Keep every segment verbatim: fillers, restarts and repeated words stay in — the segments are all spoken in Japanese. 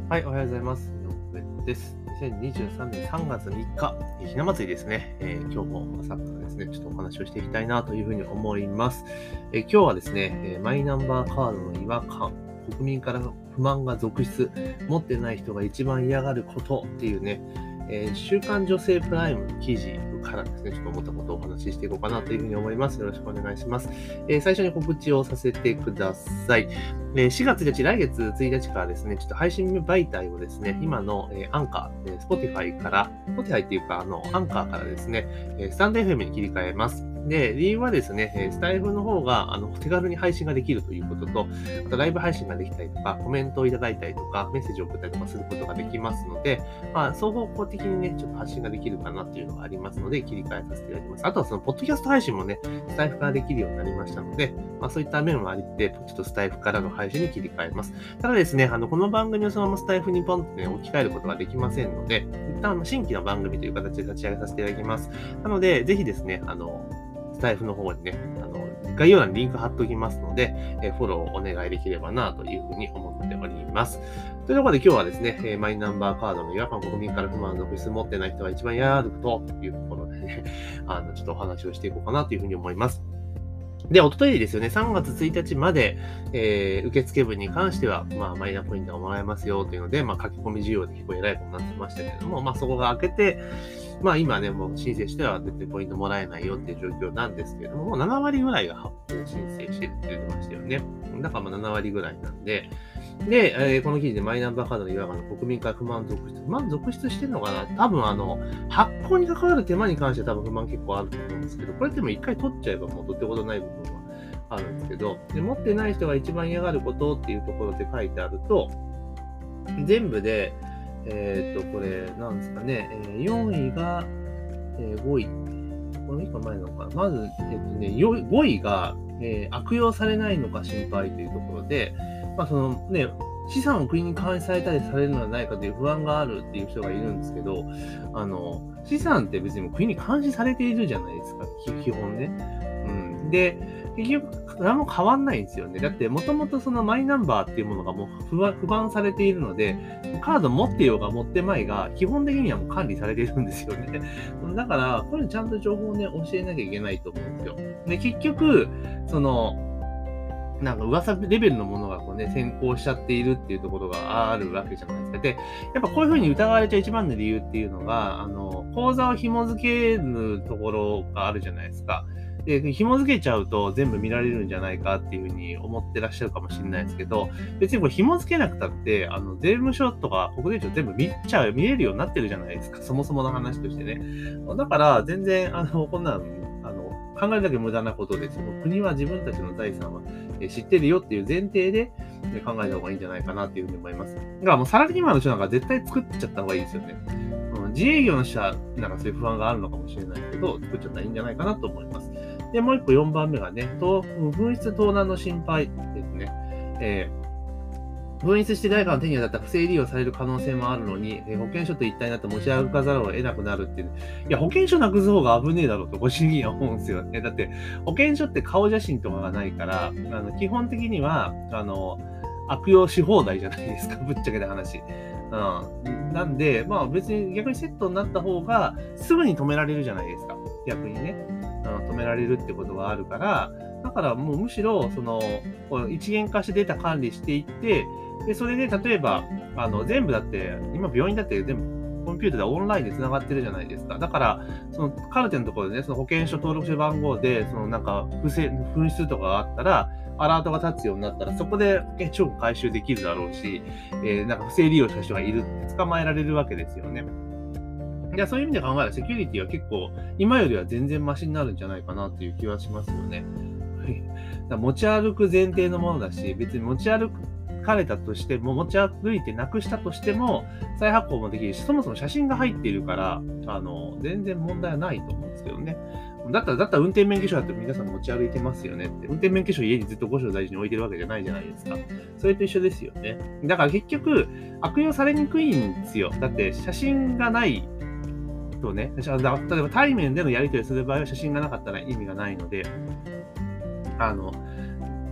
はい、おはようございます。井上です。にせんにじゅうさんねんさんがつみっか、ひな祭りですね。えー、今日も朝からですね、ちょっとお話をしていきたいなというふうに思います。えー、今日はですね、えーマイナンバーカードの違和感、国民から不満が続出、持ってない人が一番嫌がることっていうね、えー週刊女性プライムの記事からですね、ちょっと思ったことをお話ししていこうかなというふうに思います。よろしくお願いします。えー最初に告知をさせてください。えーしがつついたち、来月ついたちからですね、ちょっと配信媒体をですね、今の、えーアンカー、えー Spotify から、Spotify っていうか、あの、アンカーからですね、えースタンド エフエム に切り替えます。で、理由はですね、えースタイフの方が、あの、手軽に配信ができるということと、あとライブ配信ができたりとか、コメントをいただいたりとか、メッセージを送ったりとかすることができますので、まあ、双方向的にね、ちょっと発信ができるかなっていうのがありますので、切り替えさせていただきます。あとはその、ポッドキャスト配信もね、スタイフからできるようになりましたので、まあ、そういった面もありって、ちょっとスタイフからの配信に切り替えます。ただですね、あの、この番組をそのままスタイフにポンってね、置き換えることができませんので、一旦新規の番組という形で立ち上げさせていただきます。なので、ぜひですね、あの、スタイフの方にね、あの、概要欄にリンク貼っておきますので、えフォローをお願いできればなというふうに思っております。というところで今日はですね、えマイナンバーカードの違和感、国民から不満続出持ってない人が一番嫌がることというところでね、あの、ちょっとお話をしていこうかなというふうに思います。で、おとといですよね、さんがつついたちまで、えー、受付分に関しては、まあ、マイナポイントがもらえますよというので、まあ、書き込み需要で結構偉いことになってましたけれども、まあ、そこが明けて、まあ、今ね、もう申請しては絶対ポイントもらえないよっていう状況なんですけれども、もうななわりぐらいが発行申請してるって言ってましたよね。だからまあななわりぐらいなんで、で、えーこの記事でマイナンバーカードの違和感の国民から不満続出。不満続出してるのかな。多分あの、発行に関わる手間に関しては多分不満結構あると思うんですけど、これっても一回取っちゃえばもうどってことない部分はあるんですけど、で、持ってない人が一番嫌がることっていうところで書いてあると、全部で、えーっと、これ、なんですかね、えーよんいが、えーごい。これいっこまえなのかな。まず、えっとね、よごいが、えー悪用されないのか心配というところで、まあそのね、資産を国に監視されたりされるのではないかという不安があるっていう人がいるんですけど、あの、資産って別に国に監視されているじゃないですか、き基本ね。うん。で、結局、何も変わんないんですよね。だって、もともとそのマイナンバーっていうものがもう不安不番されているので、カード持ってようが持ってまいが、基本的にはもう管理されているんですよね。だから、これちゃんと情報をね、教えなきゃいけないと思うんですよ。で、結局、その、なんか噂レベルのものがこうね、先行しちゃっているっていうところがあるわけじゃないですか。で、やっぱこういうふうに疑われちゃう一番の理由っていうのが、あの、口座を紐付けるところがあるじゃないですか。で、紐付けちゃうと全部見られるんじゃないかっていうふうに思ってらっしゃるかもしれないですけど、別にこれ紐付けなくたって、あの、税務署とか国税庁全部見ちゃう、見れるようになってるじゃないですか。そもそもの話としてね。だから、全然、あの、こんなの、あの、考えるだけ無駄なことです。国は自分たちの財産は知ってるよっていう前提で考えた方がいいんじゃないかなっていうふうに思います。だからもうサラリーマンの人なんか絶対作っちゃった方がいいですよね。うん、自営業の人はなんかそういう不安があるのかもしれないけど、作っちゃったらいいんじゃないかなと思います。で、もう一個よんばんめがね、紛失盗難の心配ですね。えー紛失して誰かの手に渡った不正利用される可能性もあるのに、えー保険証と一体になって持ち歩かざるを得なくなるっていう。いや、保険証なくす方が危ねえだろうと、ご主義は思うんですよね。だって、保険証って顔写真とかがないから、あの基本的には、あの、悪用し放題じゃないですか、ぶっちゃけた話。うん。なんで、まあ別に逆にセットになった方が、すぐに止められるじゃないですか。逆にね。うん、止められるってことがあるから、だからもうむしろ、その、こう一元化してデータ管理していって、で、それで例えば、あの、全部だって、今病院だって全部コンピューターでオンラインで繋がってるじゃないですか。だから、そのカルテのところでね、その保険証登録してる番号で、そのなんか、不正、紛失とかがあったら、アラートが立つようになったら、そこで保険証を回収できるだろうし、えー、なんか不正利用した人がいるって捕まえられるわけですよね。いや、そういう意味で考えると、セキュリティは結構、今よりは全然マシになるんじゃないかなっていう気はしますよね。だから持ち歩く前提のものだし、別に持ち歩かれたとしても、持ち歩いてなくしたとしても、再発行もできるし、そもそも写真が入っているから、あの、全然問題はないと思うんですけどね。だったら、だったら運転免許証だって皆さん持ち歩いてますよねって。運転免許証家にずっとご所大事に置いてるわけじゃないじゃないですか。それと一緒ですよね。だから結局、悪用されにくいんですよ。だって写真がないとね、例えば対面でのやり取りする場合は写真がなかったら意味がないので、あの、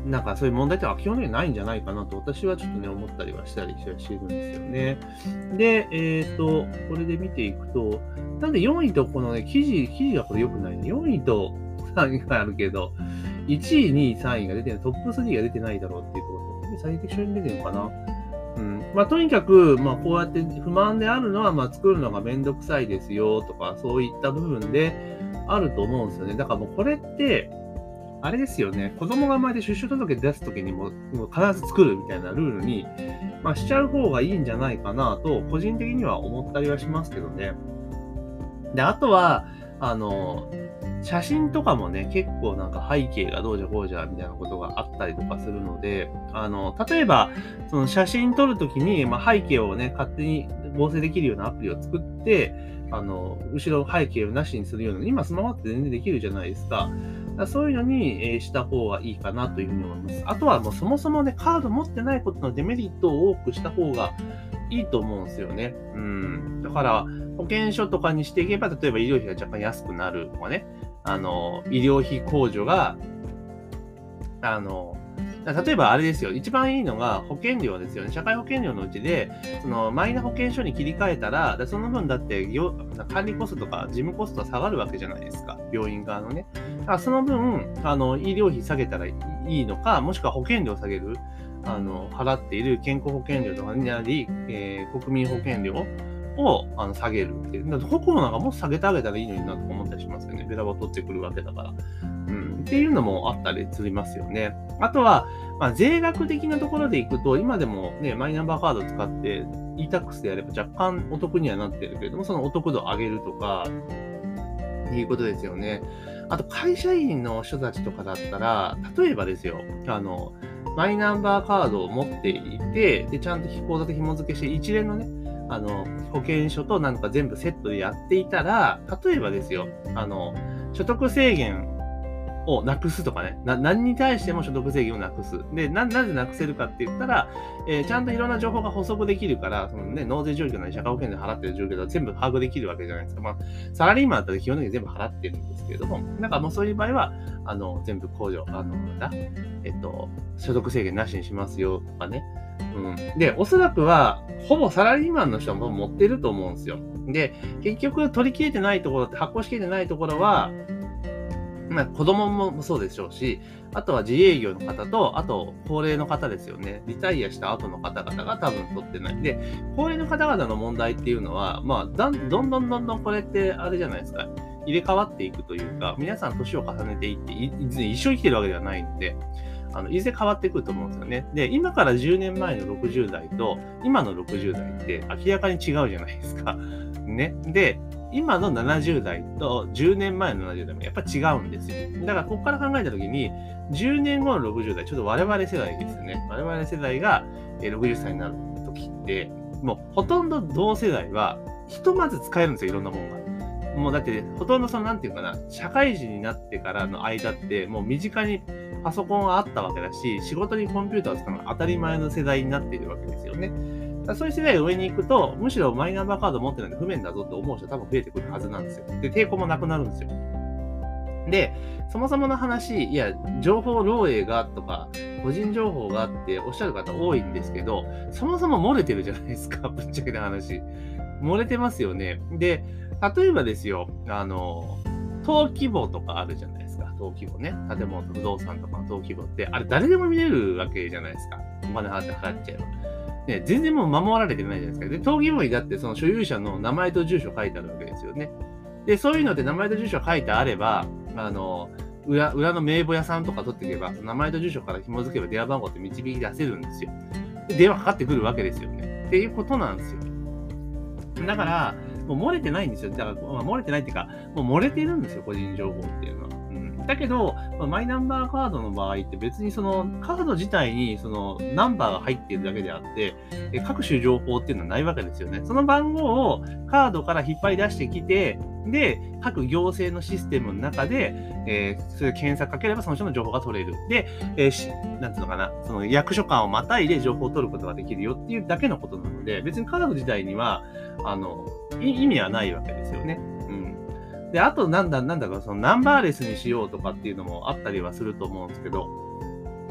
なんかそういう問題ってのは基本的にないんじゃないかなと私はちょっとね思ったりはしたりしてるんですよね。で、えっと、これで見ていくと、なんでよんいとこのね、記事、記事がこれ良くないね。よんいとさんいがあるけど、いちい、にい、さんいが出てない、トップスリーが出てないだろうっていうところで、最適書に出てるのかな。うん。まあ、とにかく、まあ、こうやって不満であるのは、まあ、作るのがめんどくさいですよとか、そういった部分であると思うんですよね。だからもうこれって、あれですよね。子供が生まれて出生届出すときにも、もう必ず作るみたいなルールに、まあ、しちゃう方がいいんじゃないかなと、個人的には思ったりはしますけどね。で、あとは、あの、写真とかもね、結構なんか背景がどうじゃこうじゃみたいなことがあったりとかするので、あの、例えば、その写真撮るときに、まあ、背景をね、勝手に合成できるようなアプリを作って、あの、後ろ背景をなしにするような、今スマホって全然できるじゃないですか。だからそういうのに、えーした方がいいかなというふうに思います。あとはもうそもそもね、カード持ってないことのデメリットを多くした方がいいと思うんですよね。うん。だから、保険証とかにしていけば、例えば医療費が若干安くなるとかね、あの、医療費控除が、あの、例えばあれですよ、一番いいのが保険料ですよね。社会保険料のうちで、そのマイナ保険証に切り替えたら、その分だって管理コストとか事務コストは下がるわけじゃないですか。病院側のね。だからその分、あの、医療費下げたらいいのか、もしくは保険料下げる、あの、払っている健康保険料とかになり、えー、国民保険料をあの下げるっていう。だから国庫なんかも下げてあげたらいいのになと思ったりしますよね。ベラボ取ってくるわけだから。うん。っていうのもあったりすりますよね。あとは、まあ、税額的なところでいくと、今でもね、マイナンバーカードを使って イータックス でやれば若干お得にはなってるけれども、そのお得度を上げるとか、いうことですよね。あと、会社員の人たちとかだったら、例えばですよ、あの、マイナンバーカードを持っていて、で、ちゃんと口座と紐付けして、一連のね、あの、保険証となんか全部セットでやっていたら、例えばですよ、あの、所得制限をなくすとかね。な、何に対しても所得制限をなくす。で、な、なぜなくせるかって言ったら、えー、ちゃんといろんな情報が補足できるから、そのね、納税状況なり社会保険で払ってる状況は全部把握できるわけじゃないですか。まあ、サラリーマンだったら基本的に全部払ってるんですけれども、なんかもうそういう場合は、あの、全部控除、あの、なんだ、えっと、所得制限なしにしますよとかね。うん。で、おそらくは、ほぼサラリーマンの人はもう持ってると思うんですよ。で、結局取り切れてないところって、発行しきれてないところは、まあ、子供もそうでしょうし、あとは自営業の方と、あと高齢の方ですよね。リタイアした後の方々が多分取ってない。で、高齢の方々の問題っていうのは、まあ、だんどんどんどんどんこれってあれじゃないですか。入れ替わっていくというか、皆さん年を重ねていって、い一生生きてるわけではないので、あの、いずれ変わってくると思うんですよね。で、今からじゅうねんまえのろくじゅう代と、今のろくじゅう代って明らかに違うじゃないですか。ね。で、今のななじゅう代とじゅうねんまえのななじゅう代もやっぱ違うんですよ。だからここから考えたときに、じゅうねんごのろくじゅう代、ちょっと我々世代ですね。我々世代がろくじゅっさいになる時って、もうほとんど同世代は、ひとまず使えるんですよ、いろんなものが。もうだって、ほとんどその、なんていうかな、社会人になってからの間って、もう身近にパソコンがあったわけだし、仕事にコンピューターを使うのが当たり前の世代になっているわけですよね。そういう世代が上に行くと、むしろマイナンバーカード持ってないので不便だぞって思う人多分増えてくるはずなんですよ。で、抵抗もなくなるんですよ。で、そもそもの話、いや、情報漏洩がとか、個人情報がっておっしゃる方多いんですけど、そもそも漏れてるじゃないですか、ぶっちゃけた話。漏れてますよね。で、例えばですよ、あの、登記簿とかあるじゃないですか。登記簿ね。建物、不動産とかの登記簿って、あれ誰でも見れるわけじゃないですか。お金払って払っちゃえば。ね、全然もう守られてないじゃないですか。で、登記簿にだってその所有者の名前と住所書いてあるわけですよね。で、そういうのって名前と住所書いてあれば、あの、裏、裏の名簿屋さんとか取っていけば、名前と住所から紐付けば電話番号って導き出せるんですよ。で、電話かかってくるわけですよね。っていうことなんですよ。だから、もう漏れてないんですよ。だから、まあ、漏れてないっていうか、もう漏れてるんですよ、個人情報っていうのは。うん、だけど、まあ、マイナンバーカードの場合って別にそのカード自体にそのナンバーが入っているだけであって、え各種情報っていうのはないわけですよね。その番号をカードから引っ張り出してきて、で、各行政のシステムの中で、えー、そういう検索かければその人の情報が取れる。で、えー、しなんていうのかな、その役所間をまたいで情報を取ることができるよっていうだけのことなので、別にカード自体には、あの、意味はないわけですよね。うん。で、あと、なんだ、なんだか、そのナンバーレスにしようとかっていうのもあったりはすると思うんですけど、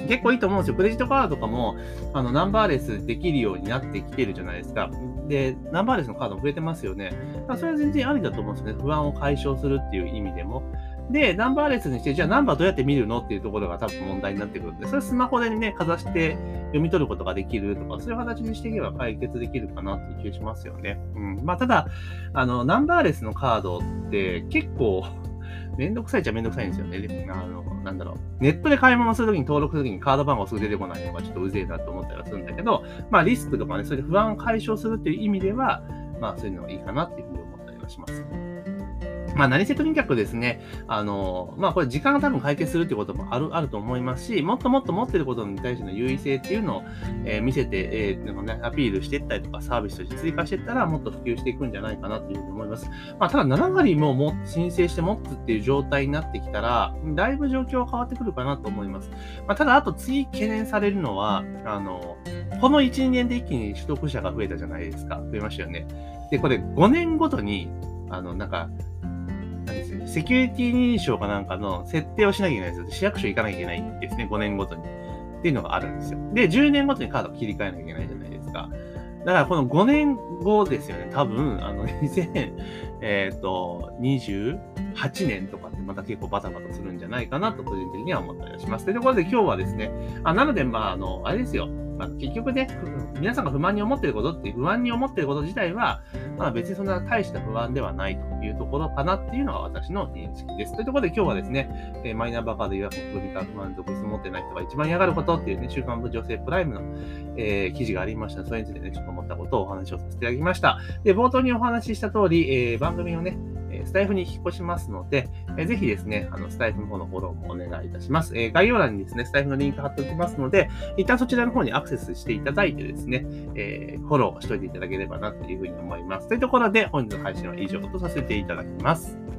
結構いいと思うんですよ。クレジットカードとかも、あの、ナンバーレスできるようになってきてるじゃないですか。で、ナンバーレスのカードも増えてますよね。それは全然ありだと思うんですよね。不安を解消するっていう意味でも。で、ナンバーレスにして、じゃあナンバーどうやって見るのっていうところが多分問題になってくるんで、それスマホでね、かざして読み取ることができるとか、そういう形にしていけば解決できるかなっていう気がしますよね。うん。まあ、ただ、あの、ナンバーレスのカードって結構、めんどくさいっちゃめんどくさいんですよね。であの、なんだろう。ネットで買い物するときに登録するときにカード番号すぐ出てこないのがちょっとうぜえなと思ったりはするんだけど、まあリスクとかね、そういう不安を解消するっていう意味では、まあそういうのがいいかなっていうふうに思ったりはします。まあ何せとにかくですね、あの、まあこれ時間が多分解決するっていうこともある、あると思いますし、もっともっと持ってることに対しての優位性っていうのを、えー見せて、えーなんかね、アピールしていったりとかサービスとして追加していったらもっと普及していくんじゃないかなというふうに思います。まあただなな割もも申請して持つっていう状態になってきたら、だいぶ状況は変わってくるかなと思います。まあただあと次懸念されるのは、あの、このいち、にねんで一気に取得者が増えたじゃないですか。増えましたよね。で、これごねんごとに、あの、なんか、なんですよね、セキュリティ認証かなんかの設定をしなきゃいけないんですよ。市役所行かなきゃいけないんですね、ごねんごとに。っていうのがあるんですよ。で、じゅうねんごとにカードを切り替えなきゃいけないじゃないですか。だからこのごねんごですよね、多分、あの、にせん、えっと、にじゅうはちねんとかってまた結構バタバタするんじゃないかなと個人的には思ったりはします。というところで今日はですね、あなので、まあ、あの、あれですよ。まあ、結局ね、皆さんが不満に思っていることっていう不安に思っていること自体は、まあ別にそんな大した不安ではないというところかなっていうのが私の認識です。というところで今日はですね、えーマイナンバーカード予約首から不満続出持ってない人が一番嫌がることっていうね、週刊部女性プライムの、えー記事がありましたので、それについてね、ちょっと思ったことをお話をさせていただきました。で、冒頭にお話しした通り、えー番組をね、えースタイフに引っ越しますので、えーぜひですね、あの、スタイフの方のフォローもお願いいたします。えー概要欄にですね、スタイフのリンク貼っておきますので、一旦そちらの方にアクセスしていただいてですね、えーフォローしといていただければなというふうに思います。というところで、本日の配信は以上とさせていただきます。